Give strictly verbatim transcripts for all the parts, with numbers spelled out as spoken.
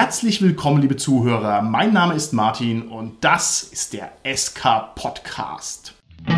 Herzlich willkommen, liebe Zuhörer. Mein Name ist Martin und das ist der S K Podcast.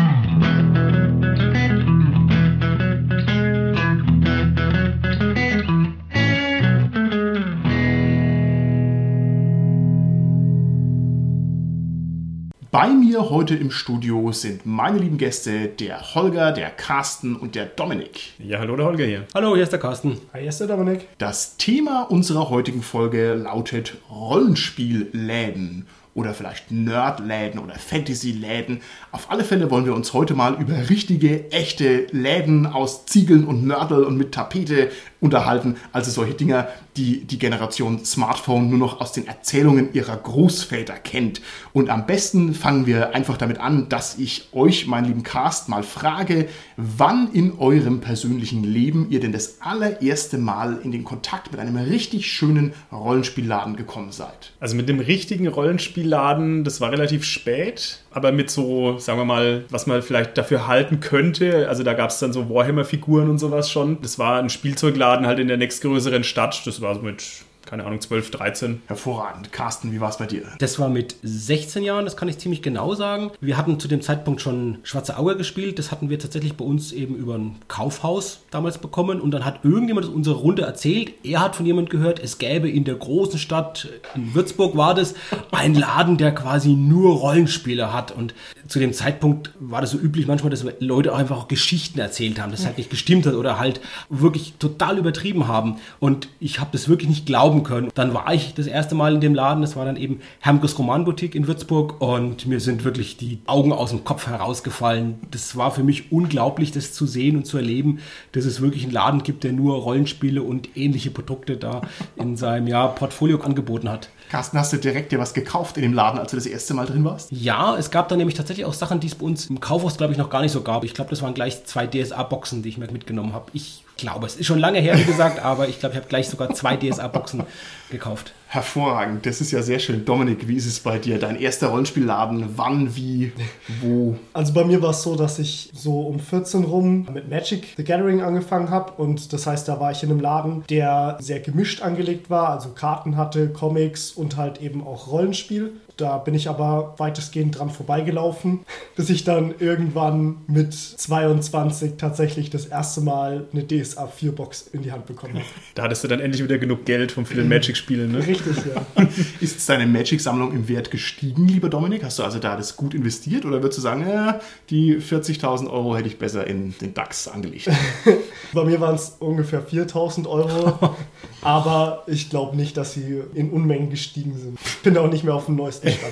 Bei mir heute im Studio sind meine lieben Gäste, der Holger, der Carsten und der Dominik. Ja, hallo, der Holger hier. Hallo, hier ist der Carsten. Hi, hier ist der Dominik. Das Thema unserer heutigen Folge lautet Rollenspielläden oder vielleicht Nerdläden oder Fantasyläden. Auf alle Fälle wollen wir uns heute mal über richtige, echte Läden aus Ziegeln und Mörtel und mit Tapete unterhalten. Also solche Dinger, die die Generation Smartphone nur noch aus den Erzählungen ihrer Großväter kennt. Und am besten fangen wir einfach damit an, dass ich euch, meinen lieben Cast, mal frage, wann in eurem persönlichen Leben ihr denn das allererste Mal in den Kontakt mit einem richtig schönen Rollenspielladen gekommen seid. Also mit dem richtigen Rollenspielladen, das war relativ spät, aber mit so, sagen wir mal, was man vielleicht dafür halten könnte. Also da gab es dann so Warhammer-Figuren und sowas schon. Das war ein Spielzeugladen halt in der nächstgrößeren Stadt. Das war so mit, keine Ahnung, zwölf, dreizehn. Hervorragend. Carsten, wie war es bei dir? Das war mit sechzehn Jahren, das kann ich ziemlich genau sagen. Wir hatten zu dem Zeitpunkt schon Schwarze Auge gespielt. Das hatten wir tatsächlich bei uns eben über ein Kaufhaus damals bekommen. Und dann hat irgendjemand unsere Runde erzählt. Er hat von jemandem gehört, es gäbe in der großen Stadt, in Würzburg war das, einen Laden, der quasi nur Rollenspiele hat. Und zu dem Zeitpunkt war das so üblich manchmal, dass Leute einfach auch Geschichten erzählt haben, das halt nicht gestimmt hat oder halt wirklich total übertrieben haben. Und ich habe das wirklich nicht glauben können. Dann war ich das erste Mal in dem Laden, das war dann eben Hermkes Romanboutique in Würzburg und mir sind wirklich die Augen aus dem Kopf herausgefallen. Das war für mich unglaublich, das zu sehen und zu erleben, dass es wirklich einen Laden gibt, der nur Rollenspiele und ähnliche Produkte da in seinem ja, Portfolio angeboten hat. Carsten, hast du direkt dir was gekauft in dem Laden, als du das erste Mal drin warst? Ja, es gab da nämlich tatsächlich auch Sachen, die es bei uns im Kaufhaus, glaube ich, noch gar nicht so gab. Ich glaube, das waren gleich zwei D S A-Boxen, die ich mir mitgenommen habe. Ich glaube, es ist schon lange her, wie gesagt, aber ich glaube, ich habe gleich sogar zwei D S A-Boxen gekauft. Hervorragend, das ist ja sehr schön. Dominik, wie ist es bei dir? Dein erster Rollenspielladen, wann, wie, wo? Also bei mir war es so, dass ich so um vierzehn rum mit Magic the Gathering angefangen habe und das heißt, da war ich in einem Laden, der sehr gemischt angelegt war, also Karten hatte, Comics und halt eben auch Rollenspiel. Da bin ich aber weitestgehend dran vorbeigelaufen, bis ich dann irgendwann mit zweiundzwanzig tatsächlich das erste Mal eine D S A vier Box in die Hand bekommen habe. Da hattest du dann endlich wieder genug Geld von vielen Magic-Spielen, ne? Richtig, ja. Ist deine Magic-Sammlung im Wert gestiegen, lieber Dominik? Hast du also da das gut investiert oder würdest du sagen, ja, die vierzigtausend Euro hätte ich besser in den DAX angelegt? Bei mir waren es ungefähr viertausend Euro, aber ich glaube nicht, dass sie in Unmengen gestiegen sind. Ich bin auch nicht mehr auf dem neuesten Stand.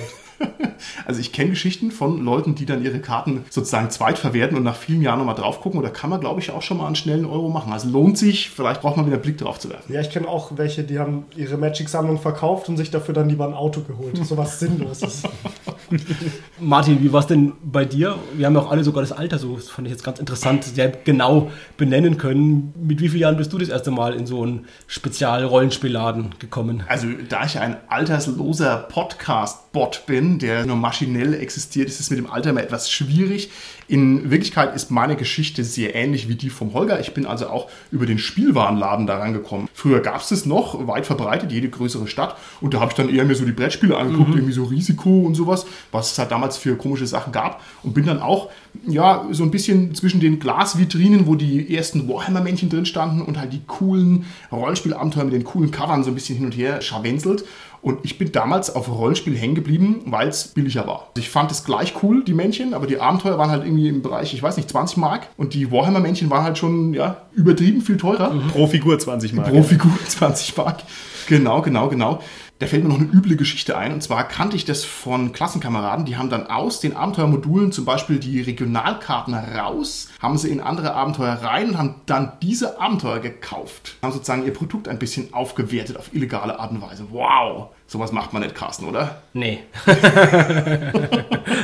Also ich kenne Geschichten von Leuten, die dann ihre Karten sozusagen zweitverwerten und nach vielen Jahren nochmal drauf gucken. Und da kann man, glaube ich, auch schon mal einen schnellen Euro machen. Also lohnt sich, vielleicht braucht man wieder einen Blick drauf zu werfen. Ja, ich kenne auch welche, die haben ihre Magic-Sammlung verkauft und sich dafür dann lieber ein Auto geholt. So was Sinnloses. Martin, wie war es denn bei dir? Wir haben ja auch alle sogar das Alter, so das fand ich jetzt ganz interessant, sehr genau benennen können. Mit wie vielen Jahren bist du das erste Mal in so einen Spezial-Rollenspielladen gekommen? Also da ich ein altersloser Podcast-Bot bin, der nur maschinell existiert, ist es mit dem Alter immer etwas schwierig. In Wirklichkeit ist meine Geschichte sehr ähnlich wie die vom Holger. Ich bin also auch über den Spielwarenladen da rangekommen. Früher gab es das noch, weit verbreitet, jede größere Stadt. Und da habe ich dann eher mir so die Brettspiele angeguckt, mhm. irgendwie so Risiko und sowas, was es halt damals für komische Sachen gab. Und bin dann auch ja so ein bisschen zwischen den Glasvitrinen, wo die ersten Warhammer-Männchen drin standen und halt die coolen Rollenspielabenteuer mit den coolen Covern so ein bisschen hin und her scharwenzelt. Und ich bin damals auf Rollenspiel hängen geblieben, weil es billiger war. Ich fand es gleich cool, die Männchen, aber die Abenteuer waren halt irgendwie im Bereich, ich weiß nicht, zwanzig Mark. Und die Warhammer-Männchen waren halt schon ja, übertrieben viel teurer. Mhm. Pro Figur zwanzig Mark. Pro Figur zwanzig Mark. Genau, genau, genau. Da fällt mir noch eine üble Geschichte ein. Und zwar kannte ich das von Klassenkameraden. Die haben dann aus den Abenteuermodulen zum Beispiel die Regionalkarten raus, haben sie in andere Abenteuer rein und haben dann diese Abenteuer gekauft. Haben sozusagen ihr Produkt ein bisschen aufgewertet auf illegale Art und Weise. Wow! Sowas macht man nicht, Carsten, oder? Nee.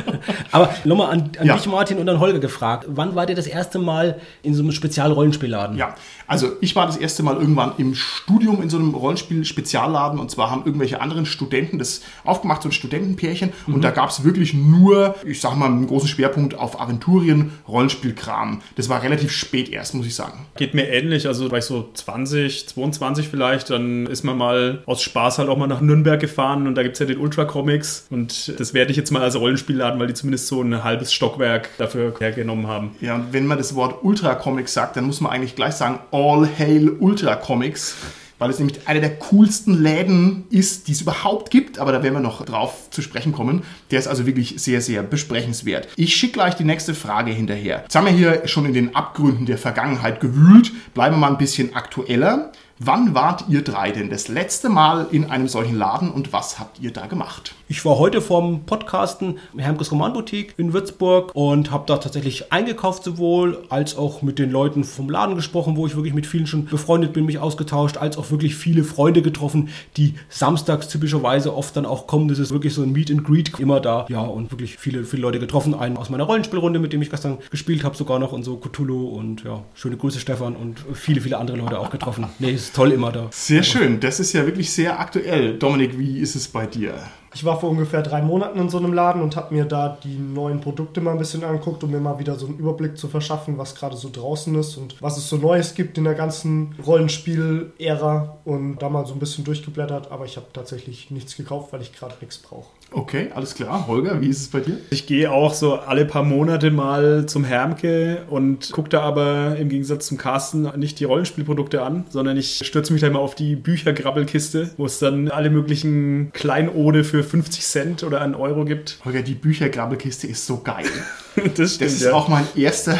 Aber nochmal an, an Ja. dich, Martin, und an Holger gefragt. Wann wart ihr das erste Mal in so einem Spezial-Rollenspielladen? Ja, also ich war das erste Mal irgendwann im Studium in so einem Rollenspiel-Spezialladen und zwar haben irgendwelche anderen Studenten das aufgemacht, so ein Studentenpärchen Mhm. und da gab es wirklich nur, ich sag mal, einen großen Schwerpunkt auf Aventurien, Rollenspielkram. Das war relativ spät erst, muss ich sagen. Geht mir ähnlich, also war ich so zwanzig, zweiundzwanzig vielleicht, dann ist man mal aus Spaß halt auch mal nach Nürnberg gefahren und da gibt es ja den Ultra Comics und das werde ich jetzt mal als Rollenspielladen, weil die zumindest so ein halbes Stockwerk dafür hergenommen haben. Ja, und wenn man das Wort Ultra Comics sagt, dann muss man eigentlich gleich sagen All Hail Ultra Comics, weil es nämlich einer der coolsten Läden ist, die es überhaupt gibt, aber da werden wir noch drauf zu sprechen kommen. Der ist also wirklich sehr, sehr besprechenswert. Ich schicke gleich die nächste Frage hinterher. Jetzt haben wir hier schon in den Abgründen der Vergangenheit gewühlt, bleiben wir mal ein bisschen aktueller. Wann wart ihr drei denn das letzte Mal in einem solchen Laden und was habt ihr da gemacht? Ich war heute vorm Podcasten in Hermkes Romanboutique in Würzburg und habe da tatsächlich eingekauft sowohl, als auch mit den Leuten vom Laden gesprochen, wo ich wirklich mit vielen schon befreundet bin, mich ausgetauscht, als auch wirklich viele Freunde getroffen, die samstags typischerweise oft dann auch kommen. Das ist wirklich so ein Meet and Greet immer da. Ja, und wirklich viele, viele Leute getroffen. Einen aus meiner Rollenspielrunde, mit dem ich gestern gespielt habe, sogar noch und so Cthulhu und ja, schöne Grüße Stefan und viele, viele andere Leute auch getroffen. Nee, ist toll immer da. Sehr schön, das ist ja wirklich sehr aktuell. Dominik, wie ist es bei dir? Ich war vor ungefähr drei Monaten in so einem Laden und habe mir da die neuen Produkte mal ein bisschen angeguckt, um mir mal wieder so einen Überblick zu verschaffen, was gerade so draußen ist und was es so Neues gibt in der ganzen Rollenspiel-Ära und da mal so ein bisschen durchgeblättert, aber ich habe tatsächlich nichts gekauft, weil ich gerade nichts brauche. Okay, alles klar. Holger, wie ist es bei dir? Ich gehe auch so alle paar Monate mal zum Hermke und gucke da aber im Gegensatz zum Carsten nicht die Rollenspielprodukte an, sondern ich stürze mich da immer auf die Büchergrabbelkiste, wo es dann alle möglichen Kleinode für fünfzig Cent oder einen Euro gibt. Holger, die Büchergrabbelkiste ist so geil. Das stimmt, Das ist ja. auch mein erster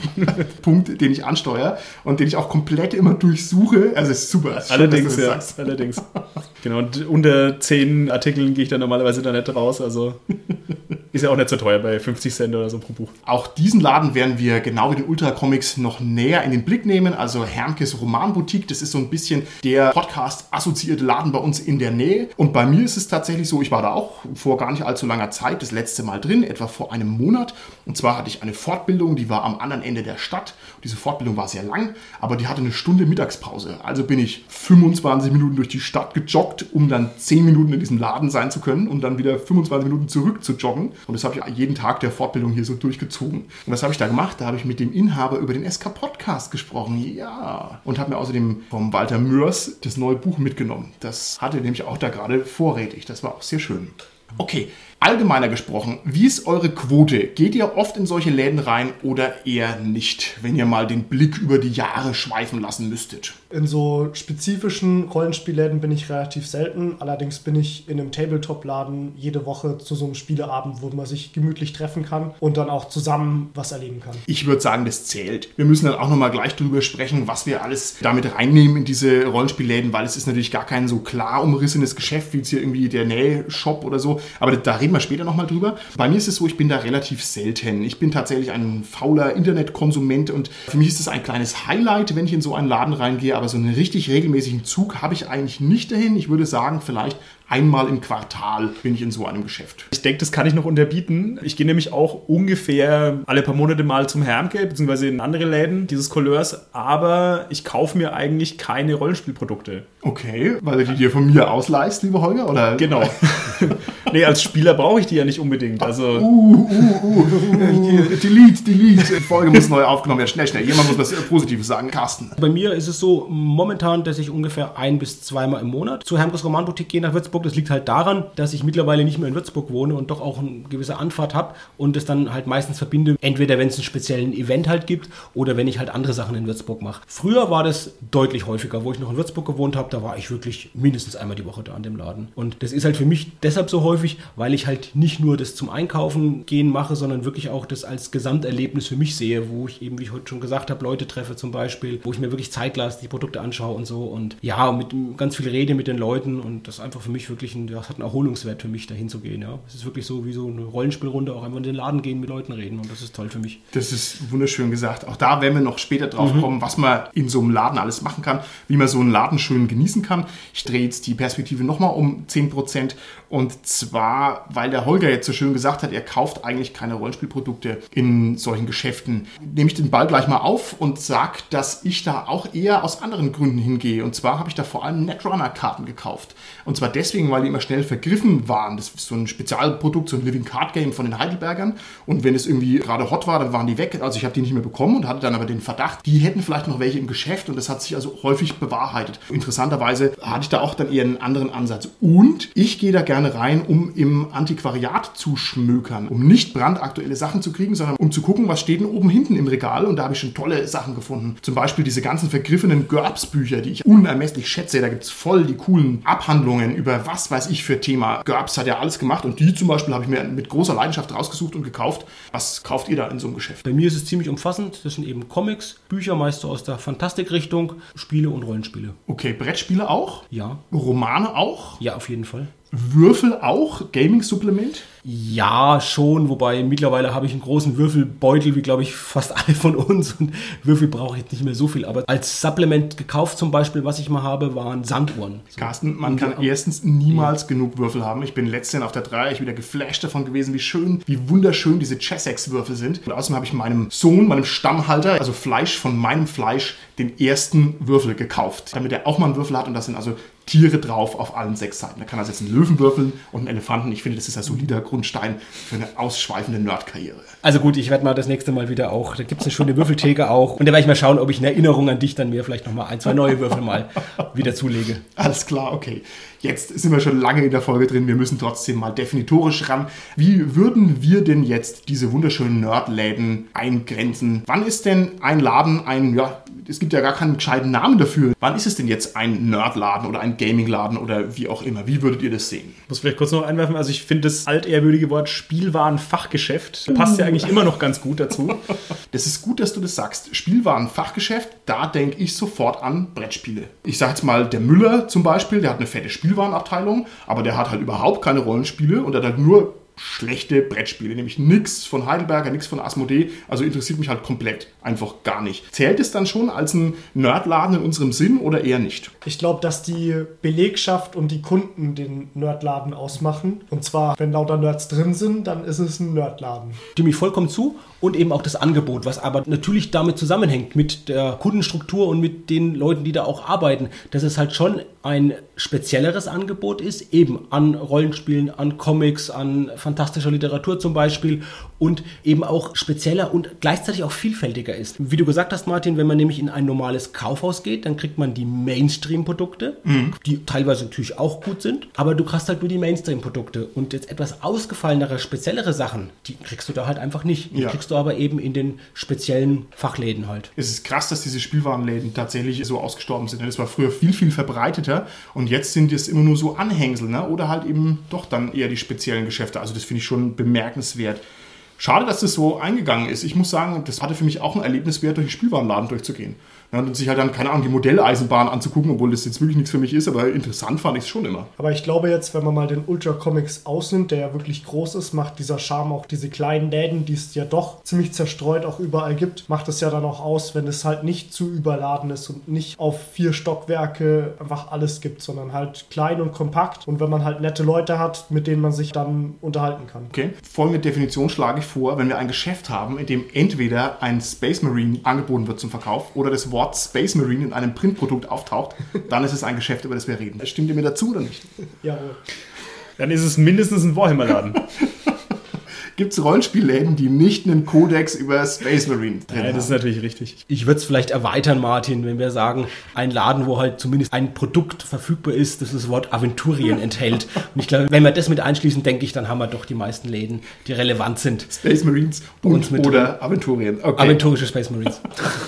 Punkt, den ich ansteuere und den ich auch komplett immer durchsuche. Also es ist super. Es ist schön, Allerdings, dass du das ja. sagst. Allerdings. Genau, und unter zehn Artikeln gehe ich dann normalerweise da nicht raus. Also ist ja auch nicht so teuer bei fünfzig Cent oder so pro Buch. Auch diesen Laden werden wir genau wie den Ultra Comics noch näher in den Blick nehmen. Also Hermkes Romanboutique, das ist so ein bisschen der Podcast-assoziierte Laden bei uns in der Nähe. Und bei mir ist es tatsächlich so, ich war da auch vor gar nicht allzu langer Zeit das letzte Mal drin, etwa vor einem Monat. Und zwar hatte ich eine Fortbildung, die war am anderen Ende der Stadt. Diese Fortbildung war sehr lang, aber die hatte eine Stunde Mittagspause. Also bin ich fünfundzwanzig Minuten durch die Stadt gejoggt, um dann zehn Minuten in diesem Laden sein zu können und dann wieder fünfundzwanzig Minuten zurück zu joggen. Und das habe ich jeden Tag der Fortbildung hier so durchgezogen. Und was habe ich da gemacht? Da habe ich mit dem Inhaber über den S K-Podcast gesprochen. Ja. Und habe mir außerdem vom Walter Mörs das neue Buch mitgenommen. Das hatte nämlich auch da gerade vorrätig. Das war auch sehr schön. Okay, allgemeiner gesprochen, wie ist eure Quote? Geht ihr oft in solche Läden rein oder eher nicht, wenn ihr mal den Blick über die Jahre schweifen lassen müsstet? In so spezifischen Rollenspielläden bin ich relativ selten. Allerdings bin ich in einem Tabletop-Laden jede Woche zu so einem Spieleabend, wo man sich gemütlich treffen kann und dann auch zusammen was erleben kann. Ich würde sagen, das zählt. Wir müssen dann auch nochmal gleich drüber sprechen, was wir alles damit reinnehmen in diese Rollenspielläden, weil es ist natürlich gar kein so klar umrissenes Geschäft, wie jetzt hier irgendwie der Nähshop oder so. Aber da reden wir später nochmal drüber. Bei mir ist es so, ich bin da relativ selten. Ich bin tatsächlich ein fauler Internetkonsument und für mich ist es ein kleines Highlight, wenn ich in so einen Laden reingehe, aber so einen richtig regelmäßigen Zug habe ich eigentlich nicht dahin. Ich würde sagen, vielleicht einmal im Quartal bin ich in so einem Geschäft. Ich denke, das kann ich noch unterbieten. Ich gehe nämlich auch ungefähr alle paar Monate mal zum Hermke, beziehungsweise in andere Läden dieses Couleurs, aber ich kaufe mir eigentlich keine Rollenspielprodukte. Okay, weil du die dir von mir ausleihst, lieber Holger, oder? Genau. Nee, als Spieler brauche ich die ja nicht unbedingt. Also Uh, uh, uh. delete, delete. Die Folge muss neu aufgenommen werden. Schnell, schnell. Jemand muss was Positives sagen. Carsten. Bei mir ist es so momentan, dass ich ungefähr ein- bis zweimal im Monat zu Hermkes Romanboutique gehe nach Würzburg. Das liegt halt daran, dass ich mittlerweile nicht mehr in Würzburg wohne und doch auch eine gewisse Anfahrt habe und es dann halt meistens verbinde, entweder wenn es einen speziellen Event halt gibt oder wenn ich halt andere Sachen in Würzburg mache. Früher war das deutlich häufiger, wo ich noch in Würzburg gewohnt habe, da war ich wirklich mindestens einmal die Woche da an dem Laden. Und das ist halt für mich deshalb so häufig, weil ich halt nicht nur das zum Einkaufen gehen mache, sondern wirklich auch das als Gesamterlebnis für mich sehe, wo ich eben, wie ich heute schon gesagt habe, Leute treffe zum Beispiel, wo ich mir wirklich Zeit lasse, die Produkte anschaue und so und ja, mit ganz viel rede mit den Leuten und das ist einfach für mich wirklich ein, das hat einen Erholungswert für mich, dahin zu gehen. Ja. Es ist wirklich so wie so eine Rollenspielrunde, auch einfach in den Laden gehen, mit Leuten reden und das ist toll für mich. Das ist wunderschön gesagt. Auch da werden wir noch später drauf mhm. kommen, was man in so einem Laden alles machen kann, wie man so einen Laden schön genießen kann. Ich drehe jetzt die Perspektive nochmal um zehn Prozent und zwar zwar, weil der Holger jetzt so schön gesagt hat, er kauft eigentlich keine Rollenspielprodukte in solchen Geschäften. Nehme ich den Ball gleich mal auf und sage, dass ich da auch eher aus anderen Gründen hingehe. Und zwar habe ich da vor allem Netrunner-Karten gekauft. Und zwar deswegen, weil die immer schnell vergriffen waren. Das ist so ein Spezialprodukt, so ein Living Card Game von den Heidelbergern. Und wenn es irgendwie gerade hot war, dann waren die weg. Also ich habe die nicht mehr bekommen und hatte dann aber den Verdacht, die hätten vielleicht noch welche im Geschäft. Und das hat sich also häufig bewahrheitet. Interessanterweise hatte ich da auch dann eher einen anderen Ansatz. Und ich gehe da gerne rein, um im Antiquariat zu schmökern. Um nicht brandaktuelle Sachen zu kriegen, sondern um zu gucken, was steht denn oben hinten im Regal. Und da habe ich schon tolle Sachen gefunden. Zum Beispiel diese ganzen vergriffenen GURPS-Bücher, die ich unermesslich schätze. Da gibt es voll die coolen Abhandlungen über was weiß ich für Thema. GURPS hat ja alles gemacht. Und die zum Beispiel habe ich mir mit großer Leidenschaft rausgesucht und gekauft. Was kauft ihr da in so einem Geschäft? Bei mir ist es ziemlich umfassend. Das sind eben Comics, Bücher, meist so aus der Fantastikrichtung, Spiele und Rollenspiele. Okay, Brettspiele auch? Ja. Romane auch? Ja, auf jeden Fall. Würfel auch? Gaming-Supplement? Ja, schon, wobei mittlerweile habe ich einen großen Würfelbeutel, wie glaube ich fast alle von uns, und Würfel brauche ich jetzt nicht mehr so viel, aber als Supplement gekauft zum Beispiel, was ich mal habe, waren Sanduhren. So. Carsten, man kann erstens niemals ja. genug Würfel haben. Ich bin letztens auf der drei ich wieder geflasht davon gewesen, wie schön, wie wunderschön diese Chessex-Würfel sind. Und außerdem habe ich meinem Sohn, meinem Stammhalter, also Fleisch von meinem Fleisch, den ersten Würfel gekauft, damit er auch mal einen Würfel hat, und das sind also Tiere drauf auf allen sechs Seiten. Da kann er jetzt einen Löwen würfeln und einen Elefanten. Ich finde, das ist ein solider Grundstein für eine ausschweifende Nerdkarriere. Also gut, ich werde mal das nächste Mal wieder auch, da gibt es eine schöne Würfeltheke auch. Und da werde ich mal schauen, ob ich in Erinnerung an dich dann mir vielleicht nochmal ein, zwei neue Würfel mal wieder zulege. Alles klar, okay. Jetzt sind wir schon lange in der Folge drin. Wir müssen trotzdem mal definitorisch ran. Wie würden wir denn jetzt diese wunderschönen Nerdläden eingrenzen? Wann ist denn ein Laden ein, ja, es gibt ja gar keinen gescheiten Namen dafür. Wann ist es denn jetzt ein Nerdladen oder ein Gamingladen oder wie auch immer? Wie würdet ihr das sehen? Ich muss vielleicht kurz noch einwerfen, also ich finde das altehrwürdige Wort Spielwarenfachgeschäft passt ja eigentlich immer noch ganz gut dazu. Das ist gut, dass du das sagst. Spielwarenfachgeschäft, da denke ich sofort an Brettspiele. Ich sage jetzt mal, der Müller zum Beispiel, der hat eine fette Spielwarenabteilung, aber der hat halt überhaupt keine Rollenspiele und der hat halt nur schlechte Brettspiele, nämlich nichts von Heidelberger, nichts von Asmodee, also interessiert mich halt komplett einfach gar nicht. Zählt es dann schon als ein Nerdladen in unserem Sinn oder eher nicht? Ich glaube, dass die Belegschaft und die Kunden den Nerdladen ausmachen. Und zwar, wenn lauter Nerds drin sind, dann ist es ein Nerdladen. Stimme ich vollkommen zu. Und eben auch das Angebot, was aber natürlich damit zusammenhängt, mit der Kundenstruktur und mit den Leuten, die da auch arbeiten, dass es halt schon ein spezielleres Angebot ist, eben an Rollenspielen, an Comics, an fantastischer Literatur zum Beispiel, und eben auch spezieller und gleichzeitig auch vielfältiger ist. Wie du gesagt hast, Martin, wenn man nämlich in ein normales Kaufhaus geht, dann kriegt man die Mainstream-Produkte, mhm. die teilweise natürlich auch gut sind, aber du kriegst halt nur die Mainstream-Produkte, und jetzt etwas ausgefallenere, speziellere Sachen, die kriegst du da halt einfach nicht. Die ja. kriegst du aber eben in den speziellen Fachläden halt. Es ist krass, dass diese Spielwarenläden tatsächlich so ausgestorben sind. Das war früher viel, viel verbreiteter, und jetzt sind es immer nur so Anhängsel, ne? Oder halt eben doch dann eher die speziellen Geschäfte. Also das finde ich schon bemerkenswert. Schade, dass das so eingegangen ist. Ich muss sagen, das hatte für mich auch ein Erlebniswert, durch den Spielwarenladen durchzugehen. Ja, und sich halt dann, keine Ahnung, die Modelleisenbahn anzugucken, obwohl das jetzt wirklich nichts für mich ist, aber interessant fand ich es schon immer. Aber ich glaube jetzt, wenn man mal den Ultra Comics ausnimmt, der ja wirklich groß ist, macht dieser Charme auch diese kleinen Läden, die es ja doch ziemlich zerstreut auch überall gibt, macht es ja dann auch aus, wenn es halt nicht zu überladen ist und nicht auf vier Stockwerke einfach alles gibt, sondern halt klein und kompakt, und wenn man halt nette Leute hat, mit denen man sich dann unterhalten kann. Okay, folgende Definition schlage ich vor: Wenn wir ein Geschäft haben, in dem entweder ein Space Marine angeboten wird zum Verkauf oder das Wort Space Marine in einem Printprodukt auftaucht, dann ist es ein Geschäft, über das wir reden. Stimmt ihr mir dazu oder nicht? Jawohl. Dann ist es mindestens ein Warhammer-Laden. Gibt es Rollenspielläden, die nicht einen Kodex über Space Marine drin ja, haben? Das ist natürlich richtig. Ich würde es vielleicht erweitern, Martin, wenn wir sagen, ein Laden, wo halt zumindest ein Produkt verfügbar ist, das das Wort Aventurien enthält. Und ich glaube, wenn wir das mit einschließen, denke ich, dann haben wir doch die meisten Läden, die relevant sind. Space Marines und mit oder drin. Aventurien. Okay. Aventurische Space Marines.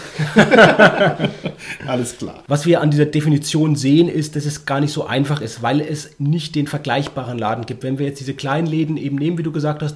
Alles klar. Was wir an dieser Definition sehen, ist, dass es gar nicht so einfach ist, weil es nicht den vergleichbaren Laden gibt. Wenn wir jetzt diese kleinen Läden eben nehmen, wie du gesagt hast, Dominik,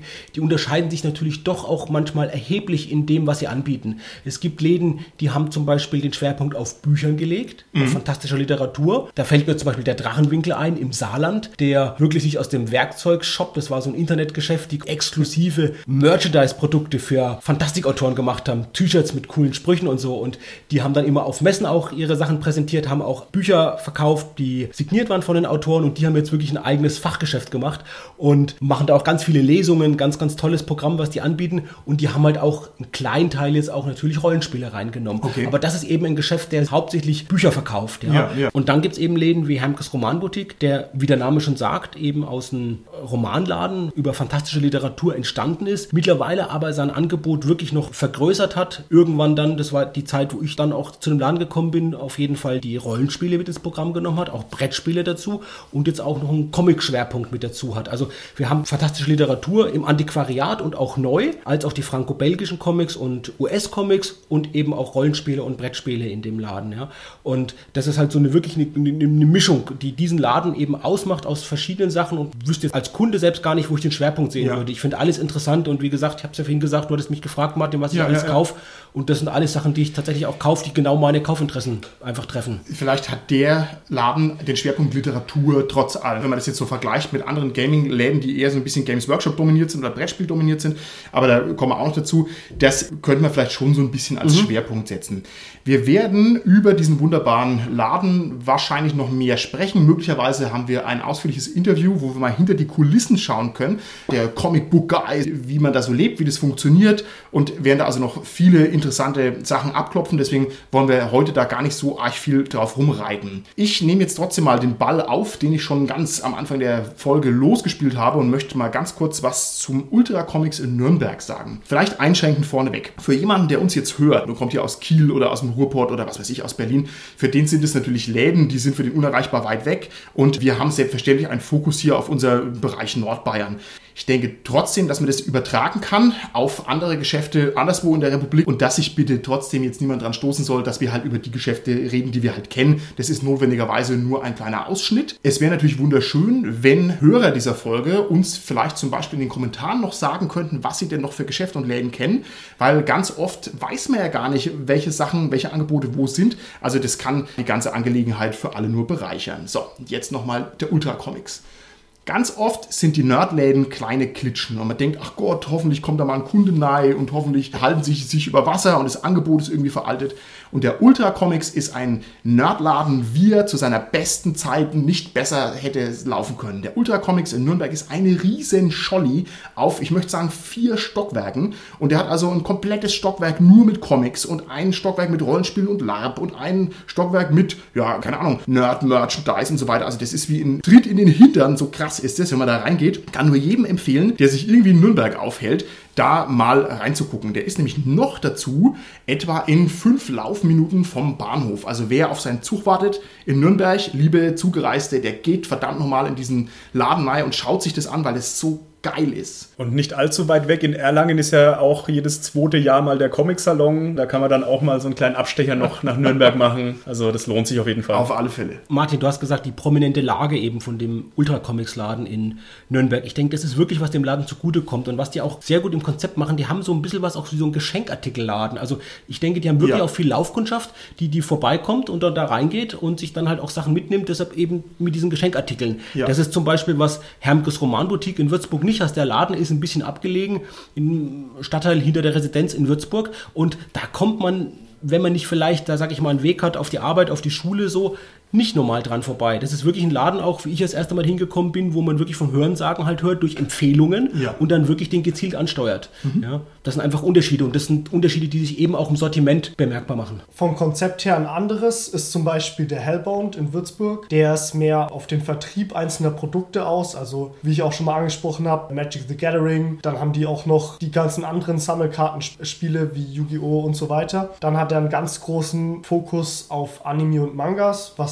die unterscheiden sich natürlich doch auch manchmal erheblich in dem, was sie anbieten. Es gibt Läden, die haben zum Beispiel den Schwerpunkt auf Büchern gelegt, mhm. auf fantastischer Literatur. Da fällt mir zum Beispiel der Drachenwinkel ein im Saarland, der wirklich sich aus dem Werkzeugshop, das war so ein Internetgeschäft, die exklusive Merchandise-Produkte für Fantastikautoren gemacht haben, T-Shirts mit coolen Sprüchen und so. Und die haben dann immer auf Messen auch ihre Sachen präsentiert, haben auch Bücher verkauft, die signiert waren von den Autoren, und die haben jetzt wirklich ein eigenes Fachgeschäft gemacht und machen da auch ganz viele Lesungen, ganz, ganz tolles Programm, was die anbieten, und die haben halt auch einen kleinen Teil jetzt auch natürlich Rollenspiele reingenommen. Okay. Aber das ist eben ein Geschäft, der hauptsächlich Bücher verkauft. Ja? Ja, ja. Und dann gibt es eben Läden wie Hermkes Romanboutique, der, wie der Name schon sagt, eben aus einem Romanladen über fantastische Literatur entstanden ist, mittlerweile aber sein Angebot wirklich noch vergrößert hat. Irgendwann dann, das war die Zeit, wo ich dann auch zu dem Laden gekommen bin, auf jeden Fall die Rollenspiele mit ins Programm genommen hat, auch Brettspiele dazu und jetzt auch noch einen Comic-Schwerpunkt mit dazu hat. Also wir haben fantastische Literatur im Antiquariat und auch neu, als auch die franco-belgischen Comics und U S-Comics und eben auch Rollenspiele und Brettspiele in dem Laden. Ja. Und das ist halt so eine wirklich eine, eine Mischung, die diesen Laden eben ausmacht aus verschiedenen Sachen, und wüsste jetzt als Kunde selbst gar nicht, wo ich den Schwerpunkt sehen ja. würde. Ich finde alles interessant, und wie gesagt, ich habe es ja vorhin gesagt, du hattest mich gefragt, Martin, was ich ja, alles ja, kaufe, und das sind alles Sachen, die ich tatsächlich auch kaufe, die genau meine Kaufinteressen einfach treffen. Vielleicht hat der Laden den Schwerpunkt Literatur trotz allem, wenn man das jetzt so vergleicht mit anderen Gaming-Läden, die eher so ein bisschen Games Workshop dominiert sind oder Brettspiel dominiert sind, aber da kommen wir auch noch dazu, das könnte man vielleicht schon so ein bisschen als mhm. Schwerpunkt setzen. Wir werden über diesen wunderbaren Laden wahrscheinlich noch mehr sprechen. Möglicherweise haben wir ein ausführliches Interview, wo wir mal hinter die Kulissen schauen können. Der Comic Book Guy, wie man da so lebt, wie das funktioniert, und werden da also noch viele interessante Sachen abklopfen. Deswegen wollen wir heute da gar nicht so arg viel drauf rumreiten. Ich nehme jetzt trotzdem mal den Ball auf, den ich schon ganz am Anfang der Folge losgespielt habe, und möchte mal ganz kurz was zum Ultra Comics in Nürnberg sagen. Vielleicht einschränkend vorneweg. Für jemanden, der uns jetzt hört, du kommst hier aus Kiel oder aus dem Ruhrpott oder was weiß ich, aus Berlin, für den sind es natürlich Läden, die sind für den unerreichbar weit weg, und wir haben selbstverständlich einen Fokus hier auf unser Bereich Nordbayern. Ich denke trotzdem, dass man das übertragen kann auf andere Geschäfte anderswo in der Republik, und dass sich bitte trotzdem jetzt niemand dran stoßen soll, dass wir halt über die Geschäfte reden, die wir halt kennen. Das ist notwendigerweise nur ein kleiner Ausschnitt. Es wäre natürlich wunderschön, wenn Hörer dieser Folge uns vielleicht zum Beispiel in den Kommentaren noch sagen könnten, was sie denn noch für Geschäfte und Läden kennen, weil ganz oft weiß man ja gar nicht, welche Sachen, welche Angebote wo sind. Also das kann die ganze Angelegenheit für alle nur bereichern. So, jetzt nochmal der Ultra Comics. Ganz oft sind die Nerdläden kleine Klitschen, und man denkt, ach Gott, hoffentlich kommt da mal ein Kunde nahe und hoffentlich halten sie sich über Wasser und das Angebot ist irgendwie veraltet. Und der Ultra Comics ist ein Nerdladen, wie er zu seiner besten Zeiten nicht besser hätte laufen können. Der Ultra Comics in Nürnberg ist eine riesen Scholli auf, ich möchte sagen, vier Stockwerken, und der hat also ein komplettes Stockwerk nur mit Comics und ein Stockwerk mit Rollenspielen und LARP und ein Stockwerk mit, ja, keine Ahnung, Nerd-Merchandise und so weiter. Also das ist wie ein Tritt in den Hintern, so krass ist das, wenn man da reingeht. Kann nur jedem empfehlen, der sich irgendwie in Nürnberg aufhält, da mal reinzugucken. Der ist nämlich noch dazu etwa in fünf Laufminuten vom Bahnhof. Also wer auf seinen Zug wartet in Nürnberg, liebe Zugereiste, der geht verdammt nochmal in diesen Laden rein und schaut sich das an, weil es so geil ist. Und nicht allzu weit weg in Erlangen ist ja auch jedes zweite Jahr mal der Comic-Salon. Da kann man dann auch mal so einen kleinen Abstecher noch nach Nürnberg machen. Also das lohnt sich auf jeden Fall. Auf alle Fälle. Martin, du hast gesagt, die prominente Lage eben von dem Ultra-Comics-Laden in Nürnberg. Ich denke, das ist wirklich, was dem Laden zugutekommt und was die auch sehr gut im Konzept machen. Die haben so ein bisschen was auch wie so ein Geschenkartikelladen. Also ich denke, die haben wirklich ja. auch viel Laufkundschaft, die, die vorbeikommt und dann da reingeht und sich dann halt auch Sachen mitnimmt. Deshalb eben mit diesen Geschenkartikeln. Ja. Das ist zum Beispiel, was Hermkes Romanboutique in Würzburg nicht hast. Der Laden ist ein bisschen abgelegen im Stadtteil hinter der Residenz in Würzburg, und da kommt man, wenn man nicht vielleicht, da sage ich mal, einen Weg hat auf die Arbeit, auf die Schule so, nicht normal dran vorbei. Das ist wirklich ein Laden, auch wie ich das erste Mal hingekommen bin, wo man wirklich vom Hörensagen halt hört, durch Empfehlungen ja. und dann wirklich den gezielt ansteuert. Mhm. Ja, das sind einfach Unterschiede, und das sind Unterschiede, die sich eben auch im Sortiment bemerkbar machen. Vom Konzept her ein anderes ist zum Beispiel der Hellbound in Würzburg. Der ist mehr auf den Vertrieb einzelner Produkte aus, also wie ich auch schon mal angesprochen habe, Magic the Gathering. Dann haben die auch noch die ganzen anderen Sammelkartenspiele wie Yu-Gi-Oh! Und so weiter. Dann hat er einen ganz großen Fokus auf Anime und Mangas, was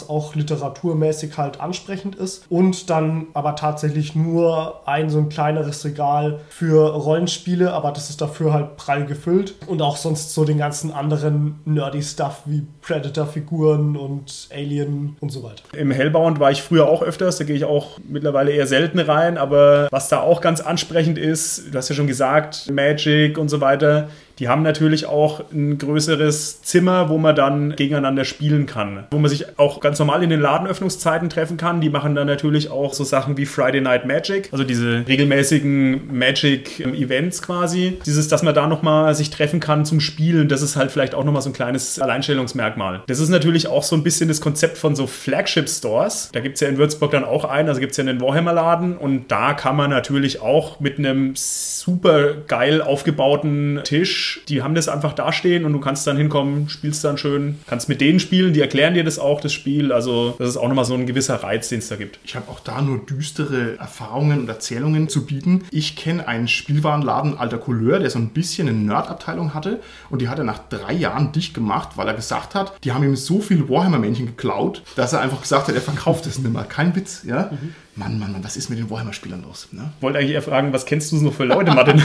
was auch literaturmäßig halt ansprechend ist. Und dann aber tatsächlich nur ein so ein kleineres Regal für Rollenspiele, aber das ist dafür halt prall gefüllt. Und auch sonst so den ganzen anderen nerdy Stuff wie Predator-Figuren und Alien und so weiter. Im Hellbound war ich früher auch öfters, da gehe ich auch mittlerweile eher selten rein, aber was da auch ganz ansprechend ist, du hast ja schon gesagt, Magic und so weiter, die haben natürlich auch ein größeres Zimmer, wo man dann gegeneinander spielen kann. Wo man sich auch ganz normal in den Ladenöffnungszeiten treffen kann. Die machen dann natürlich auch so Sachen wie Friday Night Magic, also diese regelmäßigen Magic-Events quasi. Dieses, dass man da nochmal sich treffen kann zum Spielen, das ist halt vielleicht auch nochmal so ein kleines Alleinstellungsmerkmal. Das ist natürlich auch so ein bisschen das Konzept von so Flagship-Stores. Da gibt es ja in Würzburg dann auch einen, also gibt es ja einen Warhammer-Laden und da kann man natürlich auch mit einem super geil aufgebauten Tisch, die haben das einfach dastehen und du kannst dann hinkommen, spielst dann schön, kannst mit denen spielen, die erklären dir das auch, das Spiel. Also das ist auch nochmal so ein gewisser Reiz, den es da gibt. Ich habe auch da nur düstere Erfahrungen und Erzählungen zu bieten. Ich kenne einen Spielwarenladen alter Couleur, der so ein bisschen eine Nerd-Abteilung hatte und die hat er nach drei Jahren dicht gemacht, weil er gesagt hat, die haben ihm so viel Warhammer-Männchen geklaut, dass er einfach gesagt hat, er verkauft es nicht mehr. Kein Witz, ja? Mhm. Mann, Mann, Mann, was ist mit den Warhammer-Spielern los? Ne? Ich wollte eigentlich eher fragen, was kennst du noch für Leute, Martin?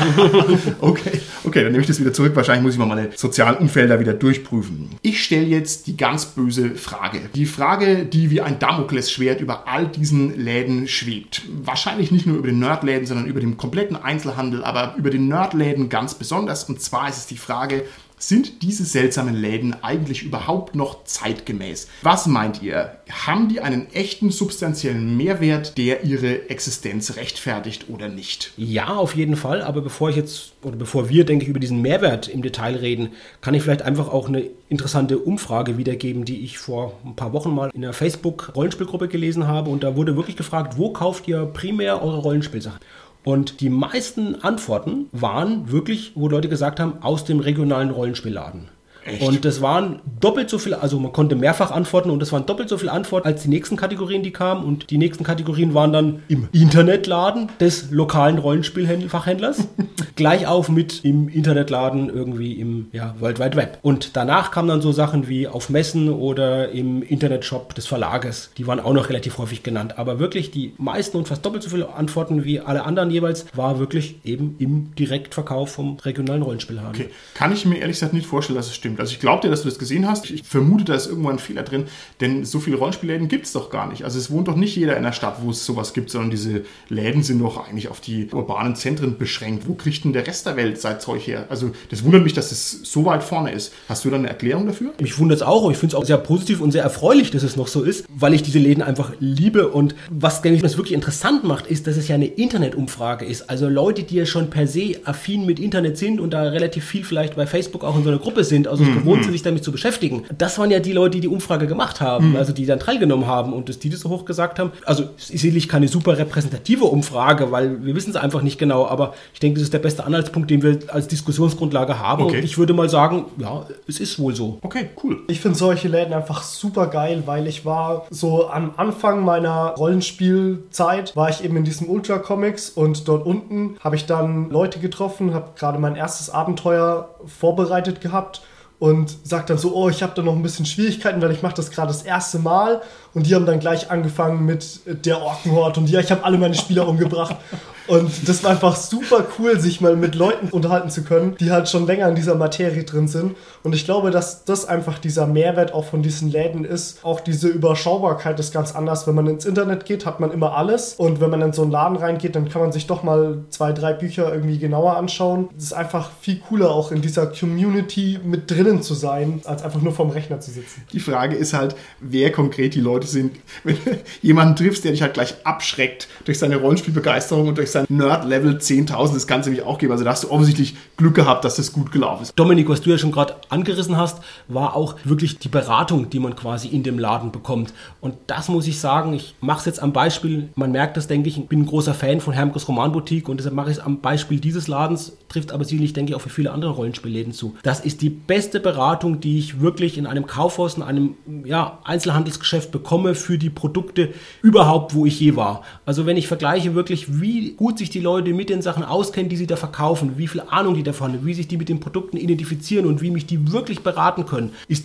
okay, okay, dann nehme ich das wieder zurück. Wahrscheinlich muss ich mal meine sozialen Umfelder wieder durchprüfen. Ich stelle jetzt die ganz böse Frage. Die Frage, die wie ein Damoklesschwert über all diesen Läden schwebt. Wahrscheinlich nicht nur über den Nerdläden, sondern über den kompletten Einzelhandel, aber über den Nerdläden ganz besonders. Und zwar ist es die Frage, sind diese seltsamen Läden eigentlich überhaupt noch zeitgemäß? Was meint ihr? Haben die einen echten substanziellen Mehrwert, der ihre Existenz rechtfertigt oder nicht? Ja, auf jeden Fall. Aber bevor ich jetzt, oder bevor wir, denke ich, über diesen Mehrwert im Detail reden, kann ich vielleicht einfach auch eine interessante Umfrage wiedergeben, die ich vor ein paar Wochen mal in einer Facebook-Rollenspielgruppe gelesen habe. Und da wurde wirklich gefragt, wo kauft ihr primär eure Rollenspielsachen? Und die meisten Antworten waren wirklich, wo Leute gesagt haben, aus dem regionalen Rollenspielladen. Echt? Und das waren doppelt so viele, also man konnte mehrfach antworten und das waren doppelt so viele Antworten als die nächsten Kategorien, die kamen. Und die nächsten Kategorien waren dann im Internetladen des lokalen Rollenspielfachhändlers, gleich auf mit im Internetladen irgendwie im ja, World Wide Web. Und danach kamen dann so Sachen wie auf Messen oder im Internetshop des Verlages. Die waren auch noch relativ häufig genannt. Aber wirklich die meisten und fast doppelt so viele Antworten wie alle anderen jeweils war wirklich eben im Direktverkauf vom regionalen Rollenspielhandel. Okay, kann ich mir ehrlich gesagt nicht vorstellen, dass es stimmt. Also ich glaube dir, dass du das gesehen hast. Ich vermute, da ist irgendwo ein Fehler drin, denn so viele Rollenspielläden gibt es doch gar nicht. Also es wohnt doch nicht jeder in der Stadt, wo es sowas gibt, sondern diese Läden sind doch eigentlich auf die urbanen Zentren beschränkt. Wo kriegt denn der Rest der Welt sein Zeug her? Also das wundert mich, dass es so weit vorne ist. Hast du da eine Erklärung dafür? Mich wundert es auch. Ich finde es auch sehr positiv und sehr erfreulich, dass es noch so ist, weil ich diese Läden einfach liebe. Und was, denke ich, das wirklich interessant macht, ist, dass es ja eine Internetumfrage ist. Also Leute, die ja schon per se affin mit Internet sind und da relativ viel vielleicht bei Facebook auch in so einer Gruppe sind, also es gewohnt sind, sich damit zu beschäftigen. Das waren ja die Leute, die die Umfrage gemacht haben, mhm. also die dann teilgenommen haben und dass die das so hoch gesagt haben. Also es ist sicherlich keine super repräsentative Umfrage, weil wir wissen es einfach nicht genau, aber ich denke, das ist der beste Anhaltspunkt, den wir als Diskussionsgrundlage haben. Okay. Und ich würde mal sagen, ja, es ist wohl so. Okay, cool. Ich finde solche Läden einfach super geil, weil ich war so am Anfang meiner Rollenspielzeit, war ich eben in diesem Ultra Comics und dort unten habe ich dann Leute getroffen, habe gerade mein erstes Abenteuer vorbereitet gehabt und sagt dann so, oh, ich habe da noch ein bisschen Schwierigkeiten, weil ich mache das gerade das erste Mal. Und die haben dann gleich angefangen mit der Orkenhorde und ja, ich habe alle meine Spieler umgebracht. Und das war einfach super cool, sich mal mit Leuten unterhalten zu können, die halt schon länger in dieser Materie drin sind. Und ich glaube, dass das einfach dieser Mehrwert auch von diesen Läden ist. Auch diese Überschaubarkeit ist ganz anders. Wenn man ins Internet geht, hat man immer alles. Und wenn man in so einen Laden reingeht, dann kann man sich doch mal zwei, drei Bücher irgendwie genauer anschauen. Es ist einfach viel cooler, auch in dieser Community mit drinnen zu sein, als einfach nur vorm Rechner zu sitzen. Die Frage ist halt, wer konkret die Leute sind. Wenn du jemanden triffst, der dich halt gleich abschreckt durch seine Rollenspielbegeisterung und durch sein Nerd-Level zehntausend, das kann es nämlich auch geben. Also da hast du offensichtlich Glück gehabt, dass das gut gelaufen ist. Dominik, was du ja schon gerade angerissen hast, war auch wirklich die Beratung, die man quasi in dem Laden bekommt. Und das muss ich sagen, ich mache es jetzt am Beispiel, man merkt das, denke ich, ich bin ein großer Fan von Hermkes Romanboutique und deshalb mache ich es am Beispiel dieses Ladens, trifft aber sicherlich, denke ich, auch für viele andere Rollenspielläden zu. Das ist die beste Beratung, die ich wirklich in einem Kaufhaus, in einem ja, Einzelhandelsgeschäft bekomme für die Produkte überhaupt, wo ich je war. Also wenn ich vergleiche wirklich, wie gut sich die Leute mit den Sachen auskennen, die sie da verkaufen, wie viel Ahnung die davon haben, wie sich die mit den Produkten identifizieren und wie mich die wirklich beraten können, ist das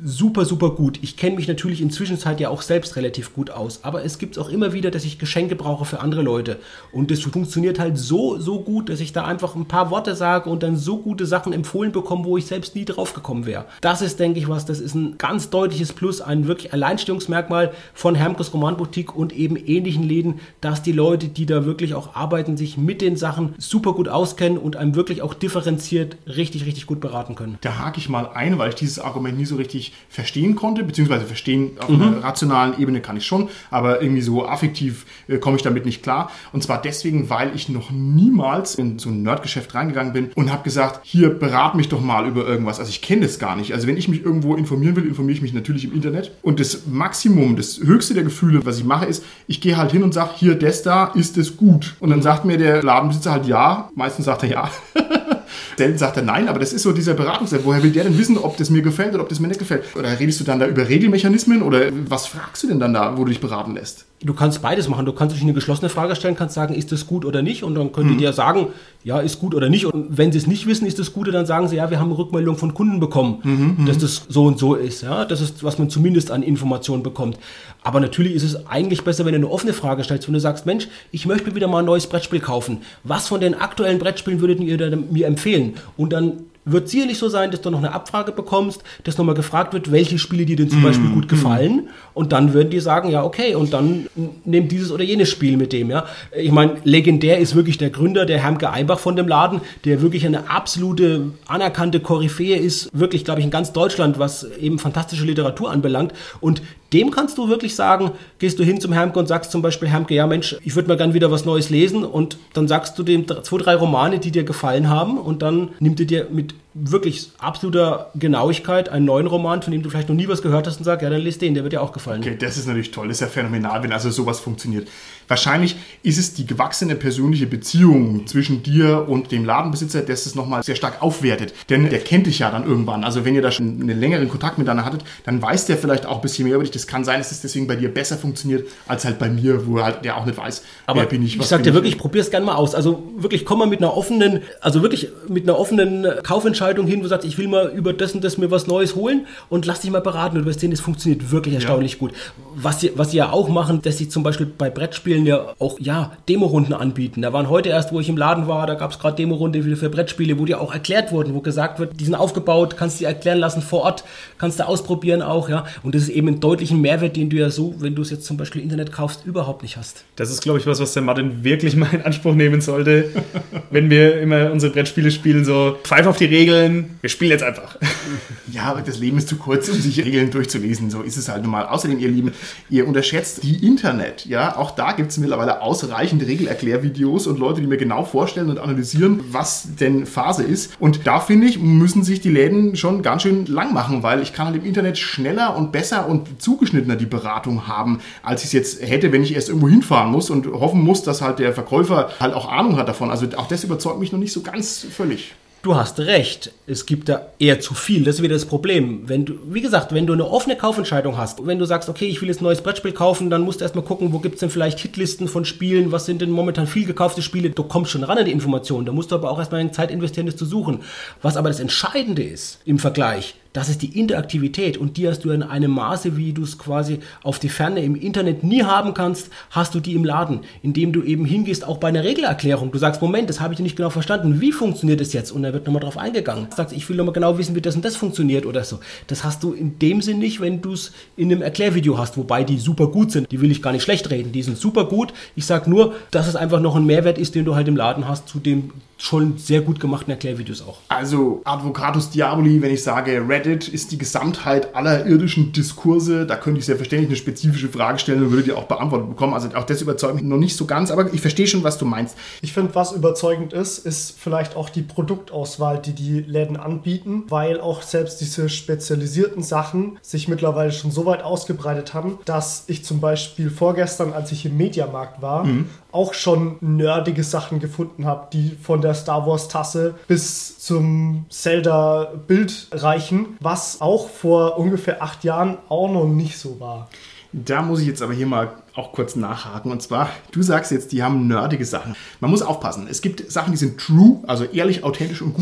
super, super gut. Ich kenne mich natürlich inzwischen ja auch selbst relativ gut aus, aber es gibt auch immer wieder, dass ich Geschenke brauche für andere Leute und das funktioniert halt so, so gut, dass ich da einfach ein paar Worte sage und dann so gute Sachen empfohlen bekomme, wo ich selbst nie drauf gekommen wäre. Das ist, denke ich, was, das ist ein ganz deutliches Plus, ein wirklich Alleinstellungsmerkmal von Hermkes Romanboutique und eben ähnlichen Läden, dass die Leute, die da wirklich auch arbeiten, sich mit den Sachen super gut auskennen und einem wirklich auch differenziert richtig, richtig gut beraten können. Da hake ich mal ein, weil ich dieses Argument nie so richtig verstehen konnte, beziehungsweise verstehen auf mhm. einer rationalen Ebene kann ich schon, aber irgendwie so affektiv äh, komme ich damit nicht klar. Und zwar deswegen, weil ich noch niemals in so ein Nerdgeschäft reingegangen bin und habe gesagt, hier, berat mich doch mal über irgendwas. Also ich kenne das gar nicht. Also wenn ich mich irgendwo informieren will, informiere ich mich natürlich im Internet. Und das Maximum, das höchste der Gefühle, was ich mache, ist, ich gehe halt hin und sage, hier, das da, ist es gut? Und dann sagt mir der Ladenbesitzer halt ja. Meistens sagt er ja. Selten sagt er nein, aber das ist so dieser Beratungsstelle. Woher will der denn wissen, ob das mir gefällt oder ob das mir nicht gefällt? Oder redest du dann da über Regelmechanismen oder was fragst du denn dann da, wo du dich beraten lässt? Du kannst beides machen. Du kannst dich eine geschlossene Frage stellen, kannst sagen, ist das gut oder nicht? Und dann können die mhm. dir sagen, ja, ist gut oder nicht. Und wenn sie es nicht wissen, ist das Gute, dann sagen sie, ja, wir haben eine Rückmeldung von Kunden bekommen, mhm, dass das so und so ist. Ja, das ist, was man zumindest an Informationen bekommt. Aber natürlich ist es eigentlich besser, wenn du eine offene Frage stellst, wenn du sagst, Mensch, ich möchte mir wieder mal ein neues Brettspiel kaufen. Was von den aktuellen Brettspielen würdet ihr mir empfehlen? Und dann wird sicherlich so sein, dass du noch eine Abfrage bekommst, dass nochmal gefragt wird, welche Spiele dir denn zum mm, Beispiel gut gefallen. Mm. Und dann würden die sagen, ja, okay, und dann nehmt dieses oder jenes Spiel mit dem. Ja. Ich meine, legendär ist wirklich der Gründer, der Hermke Eimbach von dem Laden, der wirklich eine absolute anerkannte Koryphäe ist, wirklich, glaube ich, in ganz Deutschland, was eben fantastische Literatur anbelangt. Und dem kannst du wirklich sagen, gehst du hin zum Hermke und sagst zum Beispiel, Hermke, ja Mensch, ich würde mal gern wieder was Neues lesen, und dann sagst du dem zwei, drei Romane, die dir gefallen haben, und dann nimmt er dir mit wirklich absoluter Genauigkeit einen neuen Roman, von dem du vielleicht noch nie was gehört hast, und sagst, ja, dann lest den, der wird dir auch gefallen. Okay, das ist natürlich toll, das ist ja phänomenal, wenn also sowas funktioniert. Wahrscheinlich ist es die gewachsene persönliche Beziehung zwischen dir und dem Ladenbesitzer, das es nochmal sehr stark aufwertet. Denn der kennt dich ja dann irgendwann. Also wenn ihr da schon einen längeren Kontakt miteinander hattet, dann weiß der vielleicht auch ein bisschen mehr über dich. Das kann sein, dass es deswegen bei dir besser funktioniert, als halt bei mir, wo halt der auch nicht weiß, aber wer bin ich, was ich sag dir wirklich, probier es gerne mal aus. Also wirklich, komm mal mit einer offenen, also wirklich mit einer offenen Kaufentscheidung hin, wo du sagst, ich will mal über das und das mir was Neues holen, und lass dich mal beraten, und du wirst sehen, es funktioniert wirklich erstaunlich ja. gut. Was sie, was sie ja auch machen, dass sie zum Beispiel bei Brettspielen ja auch, ja, Demorunden anbieten. Da waren heute erst, wo ich im Laden war, da gab es gerade Demorunde für Brettspiele, wo die auch erklärt wurden, wo gesagt wird, die sind aufgebaut, kannst du dir erklären lassen vor Ort, kannst du ausprobieren auch, ja. Und das ist eben ein deutlichen Mehrwert, den du ja so, wenn du es jetzt zum Beispiel im Internet kaufst, überhaupt nicht hast. Das ist, glaube ich, was, was der Martin wirklich mal in Anspruch nehmen sollte, wenn wir immer unsere Brettspiele spielen, so, pfeif auf die Regeln, wir spielen jetzt einfach. Ja, aber das Leben ist zu kurz, um sich Regeln durchzulesen, so ist es halt nun mal. Außerdem, ihr Lieben, ihr unterschätzt die Internet, ja, auch da gibt es mittlerweile ausreichend Regelerklärvideos und Leute, die mir genau vorstellen und analysieren, was denn Phase ist. Und da, finde ich, müssen sich die Läden schon ganz schön lang machen, weil ich kann halt im Internet schneller und besser und zugeschnittener die Beratung haben, als ich es jetzt hätte, wenn ich erst irgendwo hinfahren muss und hoffen muss, dass halt der Verkäufer halt auch Ahnung hat davon. Also auch das überzeugt mich noch nicht so ganz völlig. Du hast recht, es gibt da eher zu viel, das ist wieder das Problem. Wenn du, wie gesagt, wenn du eine offene Kaufentscheidung hast, wenn du sagst, okay, ich will jetzt ein neues Brettspiel kaufen, dann musst du erstmal gucken, wo gibt es denn vielleicht Hitlisten von Spielen, was sind denn momentan viel gekaufte Spiele, du kommst schon ran an die Informationen, da musst du aber auch erstmal in Zeit investieren, das zu suchen. Was aber das Entscheidende ist im Vergleich, das ist die Interaktivität, und die hast du in einem Maße, wie du es quasi auf die Ferne im Internet nie haben kannst, hast du die im Laden, indem du eben hingehst, auch bei einer Regelerklärung. Du sagst, Moment, das habe ich nicht genau verstanden, wie funktioniert das jetzt? Und da wird nochmal drauf eingegangen. Du sagst, ich will nochmal genau wissen, wie das und das funktioniert oder so. Das hast du in dem Sinn nicht, wenn du es in einem Erklärvideo hast, wobei die super gut sind. Die will ich gar nicht schlecht reden, die sind super gut. Ich sage nur, dass es einfach noch ein Mehrwert ist, den du halt im Laden hast, zu dem schon sehr gut gemachten Erklärvideos auch. Also Advocatus Diaboli, wenn ich sage, Reddit ist die Gesamtheit aller irdischen Diskurse, da könnte ich selbstverständlich eine spezifische Frage stellen und würde die auch beantwortet bekommen. Also auch das überzeugt mich noch nicht so ganz, aber ich verstehe schon, was du meinst. Ich finde, was überzeugend ist, ist vielleicht auch die Produktauswahl, die die Läden anbieten, weil auch selbst diese spezialisierten Sachen sich mittlerweile schon so weit ausgebreitet haben, dass ich zum Beispiel vorgestern, als ich im Mediamarkt war, mhm. auch schon nerdige Sachen gefunden habe, die von der Star Wars Tasse bis zum Zelda Bild reichen, was auch vor ungefähr acht Jahren auch noch nicht so war. Da muss ich jetzt aber hier mal auch kurz nachhaken. Und zwar, du sagst jetzt, die haben nerdige Sachen. Man muss aufpassen. Es gibt Sachen, die sind true, also ehrlich, authentisch und gut.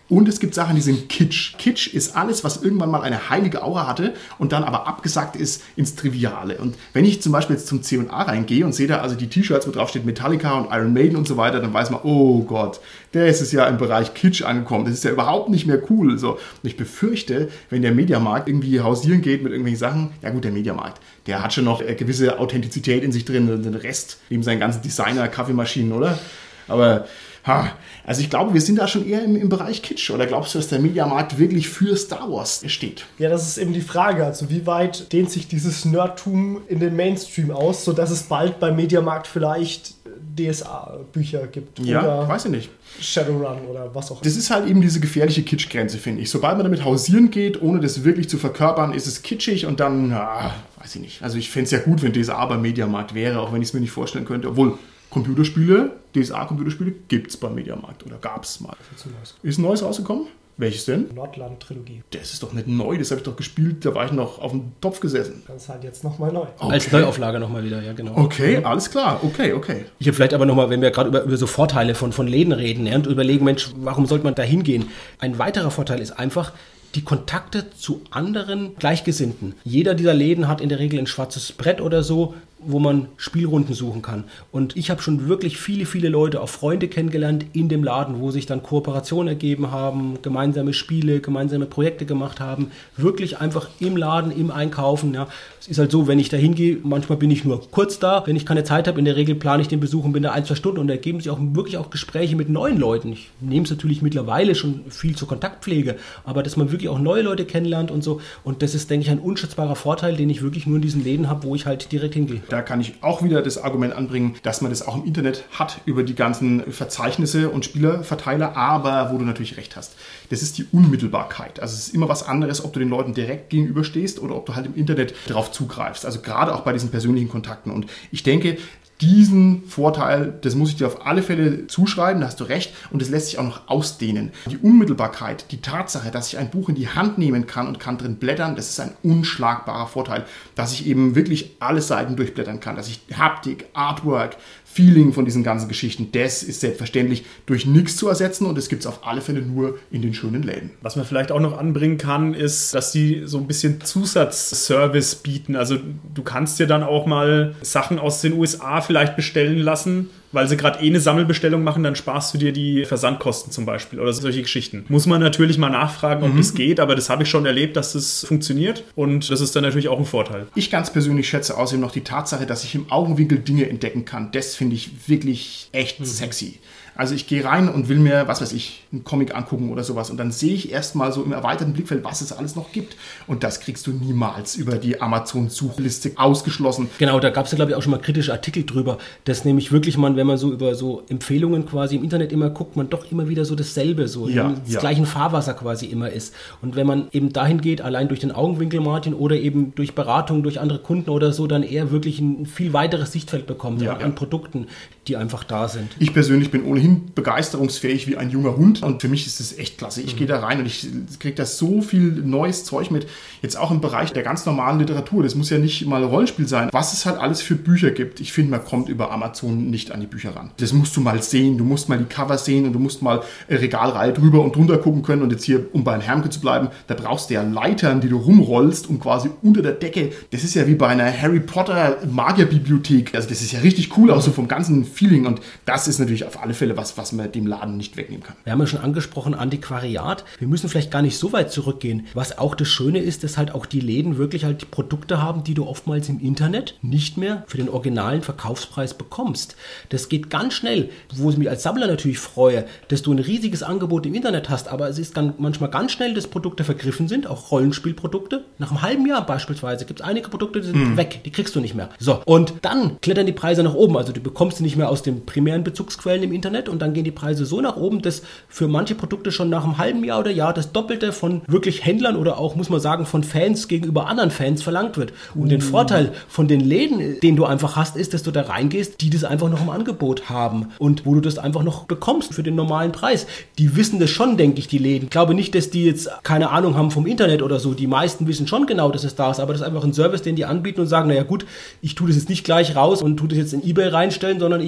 Und es gibt Sachen, die sind Kitsch. Kitsch ist alles, was irgendwann mal eine heilige Aura hatte und dann aber abgesackt ist ins Triviale. Und wenn ich zum Beispiel jetzt zum C und A reingehe und sehe da also die T-Shirts, wo drauf steht Metallica und Iron Maiden und so weiter, dann weiß man, oh Gott, der ist es ja im Bereich Kitsch angekommen. Das ist ja überhaupt nicht mehr cool. So. Und ich befürchte, wenn der Mediamarkt irgendwie hausieren geht mit irgendwelchen Sachen, ja gut, der Mediamarkt, der hat schon noch eine gewisse Authentizität in sich drin, den Rest, neben seinen ganzen Designer-Kaffeemaschinen, oder? Aber ha, also ich glaube, wir sind da schon eher im, im Bereich Kitsch. Oder glaubst du, dass der Mediamarkt wirklich für Star Wars steht? Ja, das ist eben die Frage. Also wie weit dehnt sich dieses Nerdtum in den Mainstream aus, sodass es bald beim Mediamarkt vielleicht D S A-Bücher gibt? Ja, oder weiß ich nicht. Shadowrun oder was auch immer. Das ist halt eben diese gefährliche Kitschgrenze, finde ich. Sobald man damit hausieren geht, ohne das wirklich zu verkörpern, ist es kitschig und dann, ah, weiß ich nicht. Also ich fände es ja gut, wenn D S A beim Mediamarkt wäre, auch wenn ich es mir nicht vorstellen könnte. Obwohl, Computerspiele, D S A-Computerspiele gibt es beim Mediamarkt oder gab es mal. Ist ein neues rausgekommen? Welches denn? Nordland-Trilogie. Das ist doch nicht neu, das habe ich doch gespielt, da war ich noch auf dem Topf gesessen. Das ist halt jetzt nochmal neu. Okay. Als Neuauflage nochmal wieder, ja genau. Okay, alles klar, okay, okay. Ich habe vielleicht aber nochmal, wenn wir gerade über, über so Vorteile von, von Läden reden, ja, und überlegen, Mensch, warum sollte man da hingehen? Ein weiterer Vorteil ist einfach, die Kontakte zu anderen Gleichgesinnten. Jeder dieser Läden hat in der Regel ein schwarzes Brett oder so, wo man Spielrunden suchen kann. Und ich habe schon wirklich viele, viele Leute, auch Freunde kennengelernt in dem Laden, wo sich dann Kooperationen ergeben haben, gemeinsame Spiele, gemeinsame Projekte gemacht haben. Wirklich einfach im Laden, im Einkaufen. Ja. Es ist halt so, wenn ich da hingehe, manchmal bin ich nur kurz da. Wenn ich keine Zeit habe, in der Regel plane ich den Besuch und bin da ein, zwei Stunden und da ergeben sich auch wirklich auch Gespräche mit neuen Leuten. Ich nehme es natürlich mittlerweile schon viel zur Kontaktpflege, aber dass man wirklich auch neue Leute kennenlernt und so. Und das ist, denke ich, ein unschätzbarer Vorteil, den ich wirklich nur in diesen Läden habe, wo ich halt direkt hingehe. Da kann ich auch wieder das Argument anbringen, dass man das auch im Internet hat über die ganzen Verzeichnisse und Spielerverteiler, aber wo du natürlich recht hast. Das ist die Unmittelbarkeit. Also es ist immer was anderes, ob du den Leuten direkt gegenüberstehst oder ob du halt im Internet darauf zugreifst. Also gerade auch bei diesen persönlichen Kontakten. Und ich denke, diesen Vorteil, das muss ich dir auf alle Fälle zuschreiben, da hast du recht, und das lässt sich auch noch ausdehnen. Die Unmittelbarkeit, die Tatsache, dass ich ein Buch in die Hand nehmen kann und kann drin blättern, das ist ein unschlagbarer Vorteil, dass ich eben wirklich alle Seiten durchblättern kann, dass ich Haptik, Artwork, Feeling von diesen ganzen Geschichten, das ist selbstverständlich durch nichts zu ersetzen und das gibt es auf alle Fälle nur in den schönen Läden. Was man vielleicht auch noch anbringen kann, ist, dass die so ein bisschen Zusatzservice bieten. Also du kannst dir dann auch mal Sachen aus den U S A vielleicht bestellen lassen, weil sie gerade eh eine Sammelbestellung machen, dann sparst du dir die Versandkosten zum Beispiel oder solche Geschichten. Muss man natürlich mal nachfragen, ob mhm. das geht, aber das habe ich schon erlebt, dass das funktioniert und das ist dann natürlich auch ein Vorteil. Ich ganz persönlich schätze außerdem noch die Tatsache, dass ich im Augenwinkel Dinge entdecken kann. Das finde ich wirklich echt mhm. sexy. Also ich gehe rein und will mir, was weiß ich, einen Comic angucken oder sowas und dann sehe ich erstmal so im erweiterten Blickfeld, was es alles noch gibt. Und das kriegst du niemals über die Amazon-Suchliste ausgeschlossen. Genau, da gab es ja, glaube ich, auch schon mal kritische Artikel drüber, dass nämlich wirklich man, wenn man so über so Empfehlungen quasi im Internet immer guckt, man doch immer wieder so dasselbe, so ja, das ja. gleiche Fahrwasser quasi immer ist. Und wenn man eben dahin geht, allein durch den Augenwinkel, Martin, oder eben durch Beratung, durch andere Kunden oder so, dann eher wirklich ein viel weiteres Sichtfeld bekommt ja, an ja. Produkten, die einfach da sind. Ich persönlich bin ohnehin begeisterungsfähig wie ein junger Hund und für mich ist das echt klasse. Ich mhm. gehe da rein und ich kriege da so viel neues Zeug mit, jetzt auch im Bereich der ganz normalen Literatur. Das muss ja nicht mal Rollenspiel sein. Was es halt alles für Bücher gibt. Ich finde, man kommt über Amazon nicht an die Bücher ran. Das musst du mal sehen. Du musst mal die Cover sehen und du musst mal eine Regalreihe drüber und drunter gucken können. Und jetzt hier, um beim Hermke zu bleiben, da brauchst du ja Leitern, die du rumrollst, um quasi unter der Decke. Das ist ja wie bei einer Harry Potter Magierbibliothek. Also das ist ja richtig cool, auch so vom ganzen Feeling. Und das ist natürlich auf alle Fälle was, was man dem Laden nicht wegnehmen kann. Wir haben ja schon angesprochen, Antiquariat. Wir müssen vielleicht gar nicht so weit zurückgehen. Was auch das Schöne ist, dass halt auch die Läden wirklich halt die Produkte haben, die du oftmals im Internet nicht mehr für den originalen Verkaufspreis bekommst. Das geht ganz schnell, wo ich mich als Sammler natürlich freue, dass du ein riesiges Angebot im Internet hast, aber es ist dann manchmal ganz schnell, dass Produkte vergriffen sind, auch Rollenspielprodukte. Nach einem halben Jahr beispielsweise gibt es einige Produkte, die sind mm. weg, die kriegst du nicht mehr. So, und dann klettern die Preise nach oben, also du bekommst sie nicht mehr aus den primären Bezugsquellen im Internet und dann gehen die Preise so nach oben, dass für manche Produkte schon nach einem halben Jahr oder Jahr das Doppelte von wirklich Händlern oder auch, muss man sagen, von Fans gegenüber anderen Fans verlangt wird. Und mm. den Vorteil von den Läden, den du einfach hast, ist, dass du da reingehst, die das einfach noch im Angebot haben und wo du das einfach noch bekommst für den normalen Preis. Die wissen das schon, denke ich, die Läden. Ich glaube nicht, dass die jetzt keine Ahnung haben vom Internet oder so. Die meisten wissen schon genau, dass es da ist, aber das ist einfach ein Service, den die anbieten und sagen, naja gut, ich tue das jetzt nicht gleich raus und tue das jetzt in eBay reinstellen, sondern ich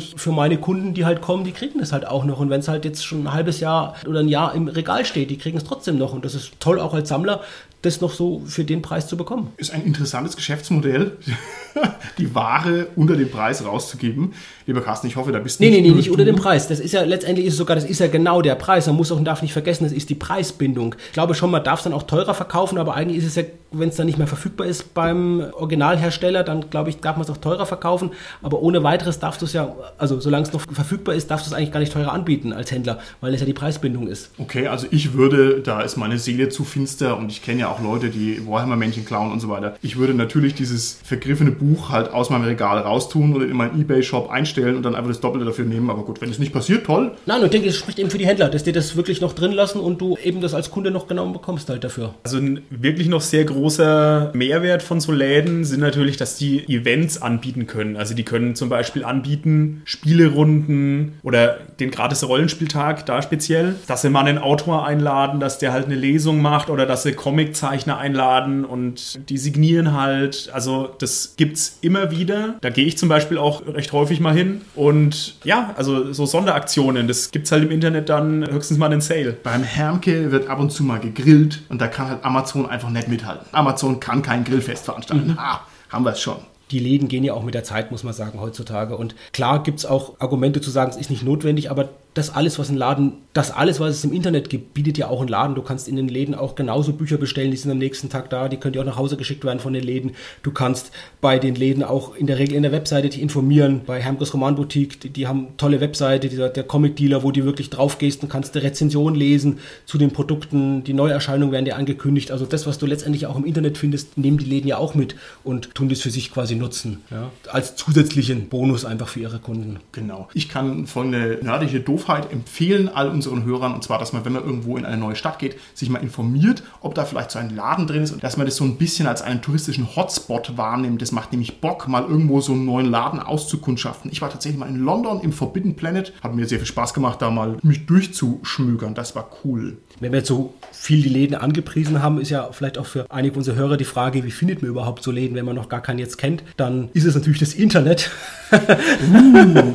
ich, für meine Kunden, die halt kommen, die kriegen das halt auch noch. Und wenn es halt jetzt schon ein halbes Jahr oder ein Jahr im Regal steht, die kriegen es trotzdem noch. Und das ist toll, auch als Sammler, das noch so für den Preis zu bekommen. Ist ein interessantes Geschäftsmodell, die Ware unter dem Preis rauszugeben. Lieber Carsten, ich hoffe, da bist du nee, nicht... Nee, nee, nicht unter dem Preis. Das ist ja, letztendlich ist es sogar, das ist ja genau der Preis. Man muss auch und darf nicht vergessen, das ist die Preisbindung. Ich glaube schon, man darf es dann auch teurer verkaufen, aber eigentlich ist es ja, wenn es dann nicht mehr verfügbar ist beim Originalhersteller, dann glaube ich, darf man es auch teurer verkaufen. Aber ohne weiteres darfst du es ja, also solange es noch verfügbar ist, darfst du es eigentlich gar nicht teurer anbieten als Händler, weil es ja die Preisbindung ist. Okay, also ich würde, da ist meine Seele zu finster und ich kenne ja auch Leute, die Warhammer-Männchen klauen und so weiter. Ich würde natürlich dieses vergriffene Buch halt aus meinem Regal raustun oder in meinen eBay-Shop einstellen und dann einfach das Doppelte dafür nehmen. Aber gut, wenn es nicht passiert, toll. Nein, und ich denke, es spricht eben für die Händler, dass die das wirklich noch drin lassen und du eben das als Kunde noch genau bekommst halt dafür. Also ein wirklich noch sehr großer Mehrwert von so Läden sind natürlich, dass die Events anbieten können. Also die können zum Beispiel anbieten Spielerunden oder den gratis Rollenspieltag da speziell, dass sie mal einen Autor einladen, dass der halt eine Lesung macht oder dass sie Comiczeichner einladen und die signieren halt. Also das gibt's immer wieder. Da gehe ich zum Beispiel auch recht häufig mal hin und ja, also so Sonderaktionen, das gibt's halt im Internet dann höchstens mal einen Sale. Beim Hermke wird ab und zu mal gegrillt und da kann halt Amazon einfach nicht mithalten. Amazon kann kein Grillfest veranstalten. Mhm. Ah, haben wir es schon. Die Läden gehen ja auch mit der Zeit, muss man sagen, heutzutage. Und klar gibt es auch Argumente zu sagen, es ist nicht notwendig, aber das alles, was ein Laden, das alles, was es im Internet gibt, bietet ja auch ein Laden. Du kannst in den Läden auch genauso Bücher bestellen, die sind am nächsten Tag da, die können dir auch nach Hause geschickt werden von den Läden. Du kannst bei den Läden auch in der Regel in der Webseite dich informieren. Bei Hermkes Romanboutique, die, die haben tolle Webseite, dieser, der Comic-Dealer, wo du wirklich drauf gehst und kannst eine Rezension lesen zu den Produkten, die Neuerscheinungen werden dir angekündigt. Also das, was du letztendlich auch im Internet findest, nehmen die Läden ja auch mit und tun das für sich quasi nutzen. Ja? Als zusätzlichen Bonus einfach für ihre Kunden. Genau. Ich kann folgende nördliche Doofheit empfehlen all unseren Hörern, und zwar, dass man, wenn man irgendwo in eine neue Stadt geht, sich mal informiert, ob da vielleicht so ein Laden drin ist und dass man das so ein bisschen als einen touristischen Hotspot wahrnimmt. Das macht nämlich Bock, mal irgendwo so einen neuen Laden auszukundschaften. Ich war tatsächlich mal in London im Forbidden Planet. Hat mir sehr viel Spaß gemacht, da mal mich durchzuschmögern. Das war cool. Wenn wir jetzt so viel die Läden angepriesen haben, ist ja vielleicht auch für einige unserer Hörer die Frage, wie findet man überhaupt so Läden, wenn man noch gar keinen jetzt kennt? Dann ist es natürlich das Internet, uh.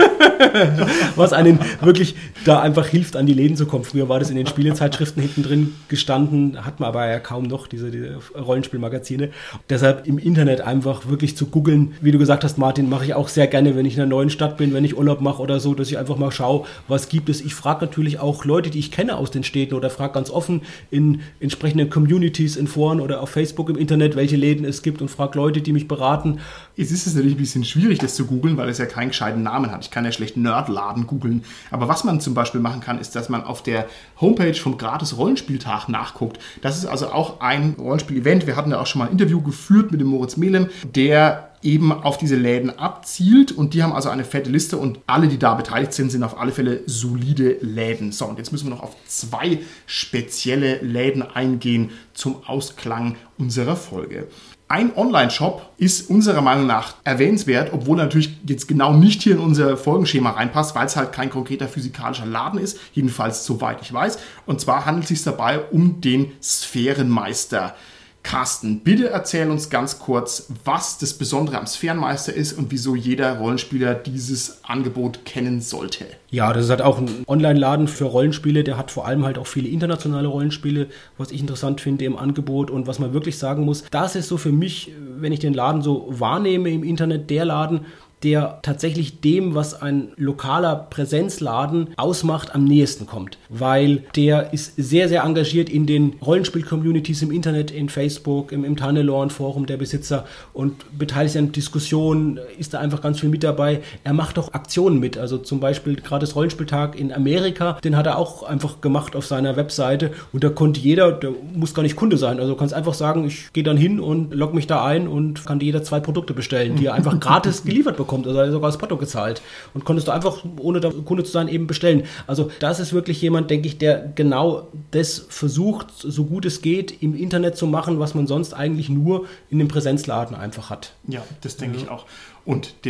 was einen wirklich da einfach hilft, an die Läden zu kommen. Früher war das in den Spielezeitschriften hinten drin gestanden, hat man aber ja kaum noch, diese, diese Rollenspielmagazine. Deshalb im Internet einfach wirklich zu googeln. Wie du gesagt hast, Martin, mache ich auch sehr gerne, wenn ich in einer neuen Stadt bin, wenn ich Urlaub mache oder so, dass ich einfach mal schaue, was gibt es. Ich frage natürlich auch Leute, die ich kenne aus den Städten oder frage ganz offen in entsprechenden Communities, in Foren oder auf Facebook im Internet, welche Läden es gibt und frage Leute, die mich beraten. Jetzt ist es natürlich ein bisschen schwierig, das zu googeln, weil es ja keinen gescheiten Namen hat. Ich kann ja schlecht Nerdladen googeln. Aber was man zum Beispiel machen kann, ist, dass man auf der Homepage vom Gratis-Rollenspieltag nachguckt. Das ist also auch ein Rollenspiel-Event. Wir hatten ja auch schon mal ein Interview geführt mit dem Moritz Melem, der eben auf diese Läden abzielt und die haben also eine fette Liste und alle, die da beteiligt sind, sind auf alle Fälle solide Läden. So, und jetzt müssen wir noch auf zwei spezielle Läden eingehen zum Ausklang unserer Folge. Ein Online-Shop ist unserer Meinung nach erwähnenswert, obwohl er natürlich jetzt genau nicht hier in unser Folgenschema reinpasst, weil es halt kein konkreter physikalischer Laden ist, jedenfalls soweit ich weiß. Und zwar handelt es sich dabei um den Sphärenmeister. Carsten, bitte erzähl uns ganz kurz, was das Besondere am Sphärenmeister ist und wieso jeder Rollenspieler dieses Angebot kennen sollte. Ja, das ist halt auch ein Online-Laden für Rollenspiele, der hat vor allem halt auch viele internationale Rollenspiele, was ich interessant finde im Angebot und was man wirklich sagen muss, das ist so für mich, wenn ich den Laden so wahrnehme im Internet, der Laden, der tatsächlich dem, was ein lokaler Präsenzladen ausmacht, am nächsten kommt. Weil der ist sehr, sehr engagiert in den Rollenspiel-Communities im Internet, in Facebook, im, im Tannelorn-Forum der Besitzer und beteiligt sich an Diskussionen, ist da einfach ganz viel mit dabei. Er macht auch Aktionen mit, also zum Beispiel gerade das Rollenspieltag in Amerika, den hat er auch einfach gemacht auf seiner Webseite und da konnte jeder, der muss gar nicht Kunde sein, also du kannst einfach sagen, ich gehe dann hin und logge mich da ein und kann dir jeder zwei Produkte bestellen, die er einfach gratis geliefert bekommt. Kommt, also sogar das Porto gezahlt und konntest du einfach, ohne da Kunde zu sein, eben bestellen. Also das ist wirklich jemand, denke ich, der genau das versucht, so gut es geht, im Internet zu machen, was man sonst eigentlich nur in dem Präsenzladen einfach hat. Ja, das denke ja. ich auch. Und der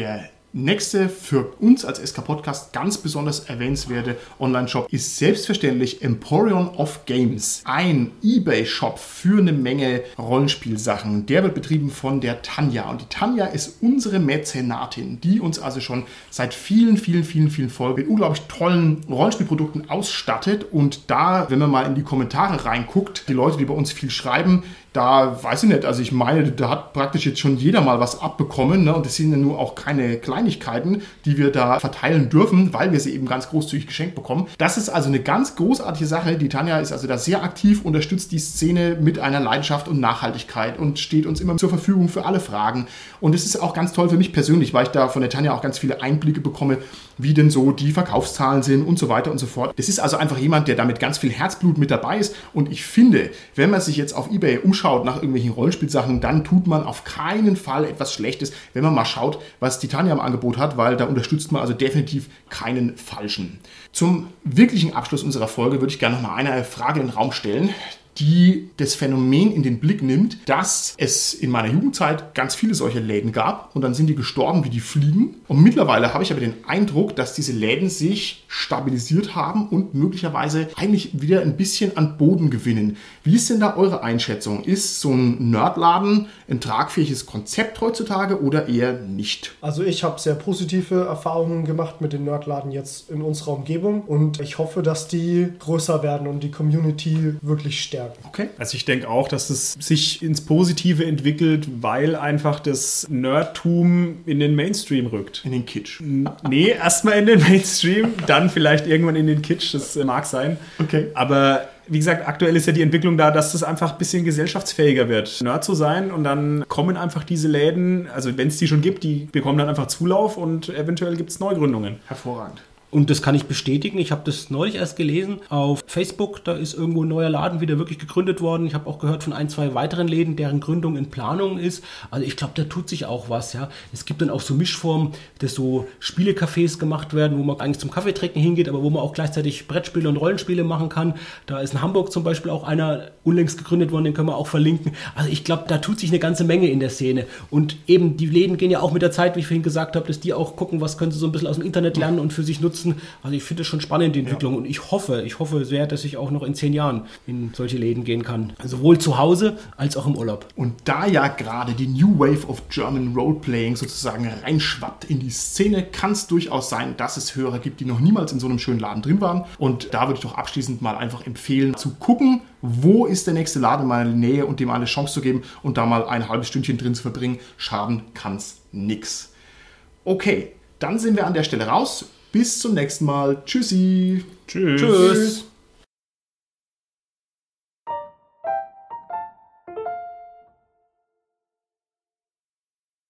Nächste für uns als S K Podcast ganz besonders erwähnenswerte Online-Shop ist selbstverständlich Emporion of Games. Ein eBay-Shop für eine Menge Rollenspielsachen. Der wird betrieben von der Tanja. Und die Tanja ist unsere Mäzenatin, die uns also schon seit vielen, vielen, vielen, vielen Folgen mit unglaublich tollen Rollenspielprodukten ausstattet. Und da, wenn man mal in die Kommentare reinguckt, die Leute, die bei uns viel schreiben, da weiß ich nicht, also ich meine, da hat praktisch jetzt schon jeder mal was abbekommen, ne? Und das sind ja nur auch keine Kleinigkeiten, die wir da verteilen dürfen, weil wir sie eben ganz großzügig geschenkt bekommen. Das ist also eine ganz großartige Sache. Die Tanja ist also da sehr aktiv, unterstützt die Szene mit einer Leidenschaft und Nachhaltigkeit und steht uns immer zur Verfügung für alle Fragen. Und es ist auch ganz toll für mich persönlich, weil ich da von der Tanja auch ganz viele Einblicke bekomme, wie denn so die Verkaufszahlen sind und so weiter und so fort. Das ist also einfach jemand, der da mit ganz viel Herzblut mit dabei ist. Und ich finde, wenn man sich jetzt auf eBay umschaut, nach irgendwelchen Rollenspielsachen, dann tut man auf keinen Fall etwas Schlechtes, wenn man mal schaut, was die Tanja im Angebot hat, weil da unterstützt man also definitiv keinen Falschen. Zum wirklichen Abschluss unserer Folge würde ich gerne noch mal eine Frage in den Raum stellen, die das Phänomen in den Blick nimmt, dass es in meiner Jugendzeit ganz viele solche Läden gab und dann sind die gestorben wie die Fliegen. Und mittlerweile habe ich aber den Eindruck, dass diese Läden sich stabilisiert haben und möglicherweise eigentlich wieder ein bisschen an Boden gewinnen. Wie ist denn da eure Einschätzung? Ist so ein Nerdladen ein tragfähiges Konzept heutzutage oder eher nicht? Also ich habe sehr positive Erfahrungen gemacht mit den Nerdladen jetzt in unserer Umgebung und ich hoffe, dass die größer werden und die Community wirklich stärken. Okay. Also ich denke auch, dass es sich ins Positive entwickelt, weil einfach das Nerdtum in den Mainstream rückt. In den Kitsch. Nee, erstmal in den Mainstream, dann vielleicht irgendwann in den Kitsch, das mag sein. Okay. Aber wie gesagt, aktuell ist ja die Entwicklung da, dass das einfach ein bisschen gesellschaftsfähiger wird, Nerd zu sein und dann kommen einfach diese Läden, also wenn es die schon gibt, die bekommen dann einfach Zulauf und eventuell gibt es Neugründungen. Hervorragend. Und das kann ich bestätigen. Ich habe das neulich erst gelesen auf Facebook. Da ist irgendwo ein neuer Laden wieder wirklich gegründet worden. Ich habe auch gehört von ein, zwei weiteren Läden, deren Gründung in Planung ist. Also ich glaube, da tut sich auch was. Ja. Es gibt dann auch so Mischformen, dass so Spielecafés gemacht werden, wo man eigentlich zum Kaffeetrinken hingeht, aber wo man auch gleichzeitig Brettspiele und Rollenspiele machen kann. Da ist in Hamburg zum Beispiel auch einer unlängst gegründet worden, den können wir auch verlinken. Also ich glaube, da tut sich eine ganze Menge in der Szene. Und eben die Läden gehen ja auch mit der Zeit, wie ich vorhin gesagt habe, dass die auch gucken, was können sie so ein bisschen aus dem Internet lernen und für sich nutzen. Also ich finde es schon spannend, die Entwicklung. Ja. Und ich hoffe, ich hoffe sehr, dass ich auch noch in zehn Jahren in solche Läden gehen kann. Sowohl zu Hause als auch im Urlaub. Und da ja gerade die New Wave of German Roleplaying sozusagen reinschwappt in die Szene, kann es durchaus sein, dass es Hörer gibt, die noch niemals in so einem schönen Laden drin waren. Und da würde ich doch abschließend mal einfach empfehlen, zu gucken, wo ist der nächste Laden in meiner Nähe und dem eine Chance zu geben und da mal ein halbes Stündchen drin zu verbringen. Schaden kann's nix. Okay, dann sind wir an der Stelle raus. Bis zum nächsten Mal. Tschüssi. Tschüss. Tschüss.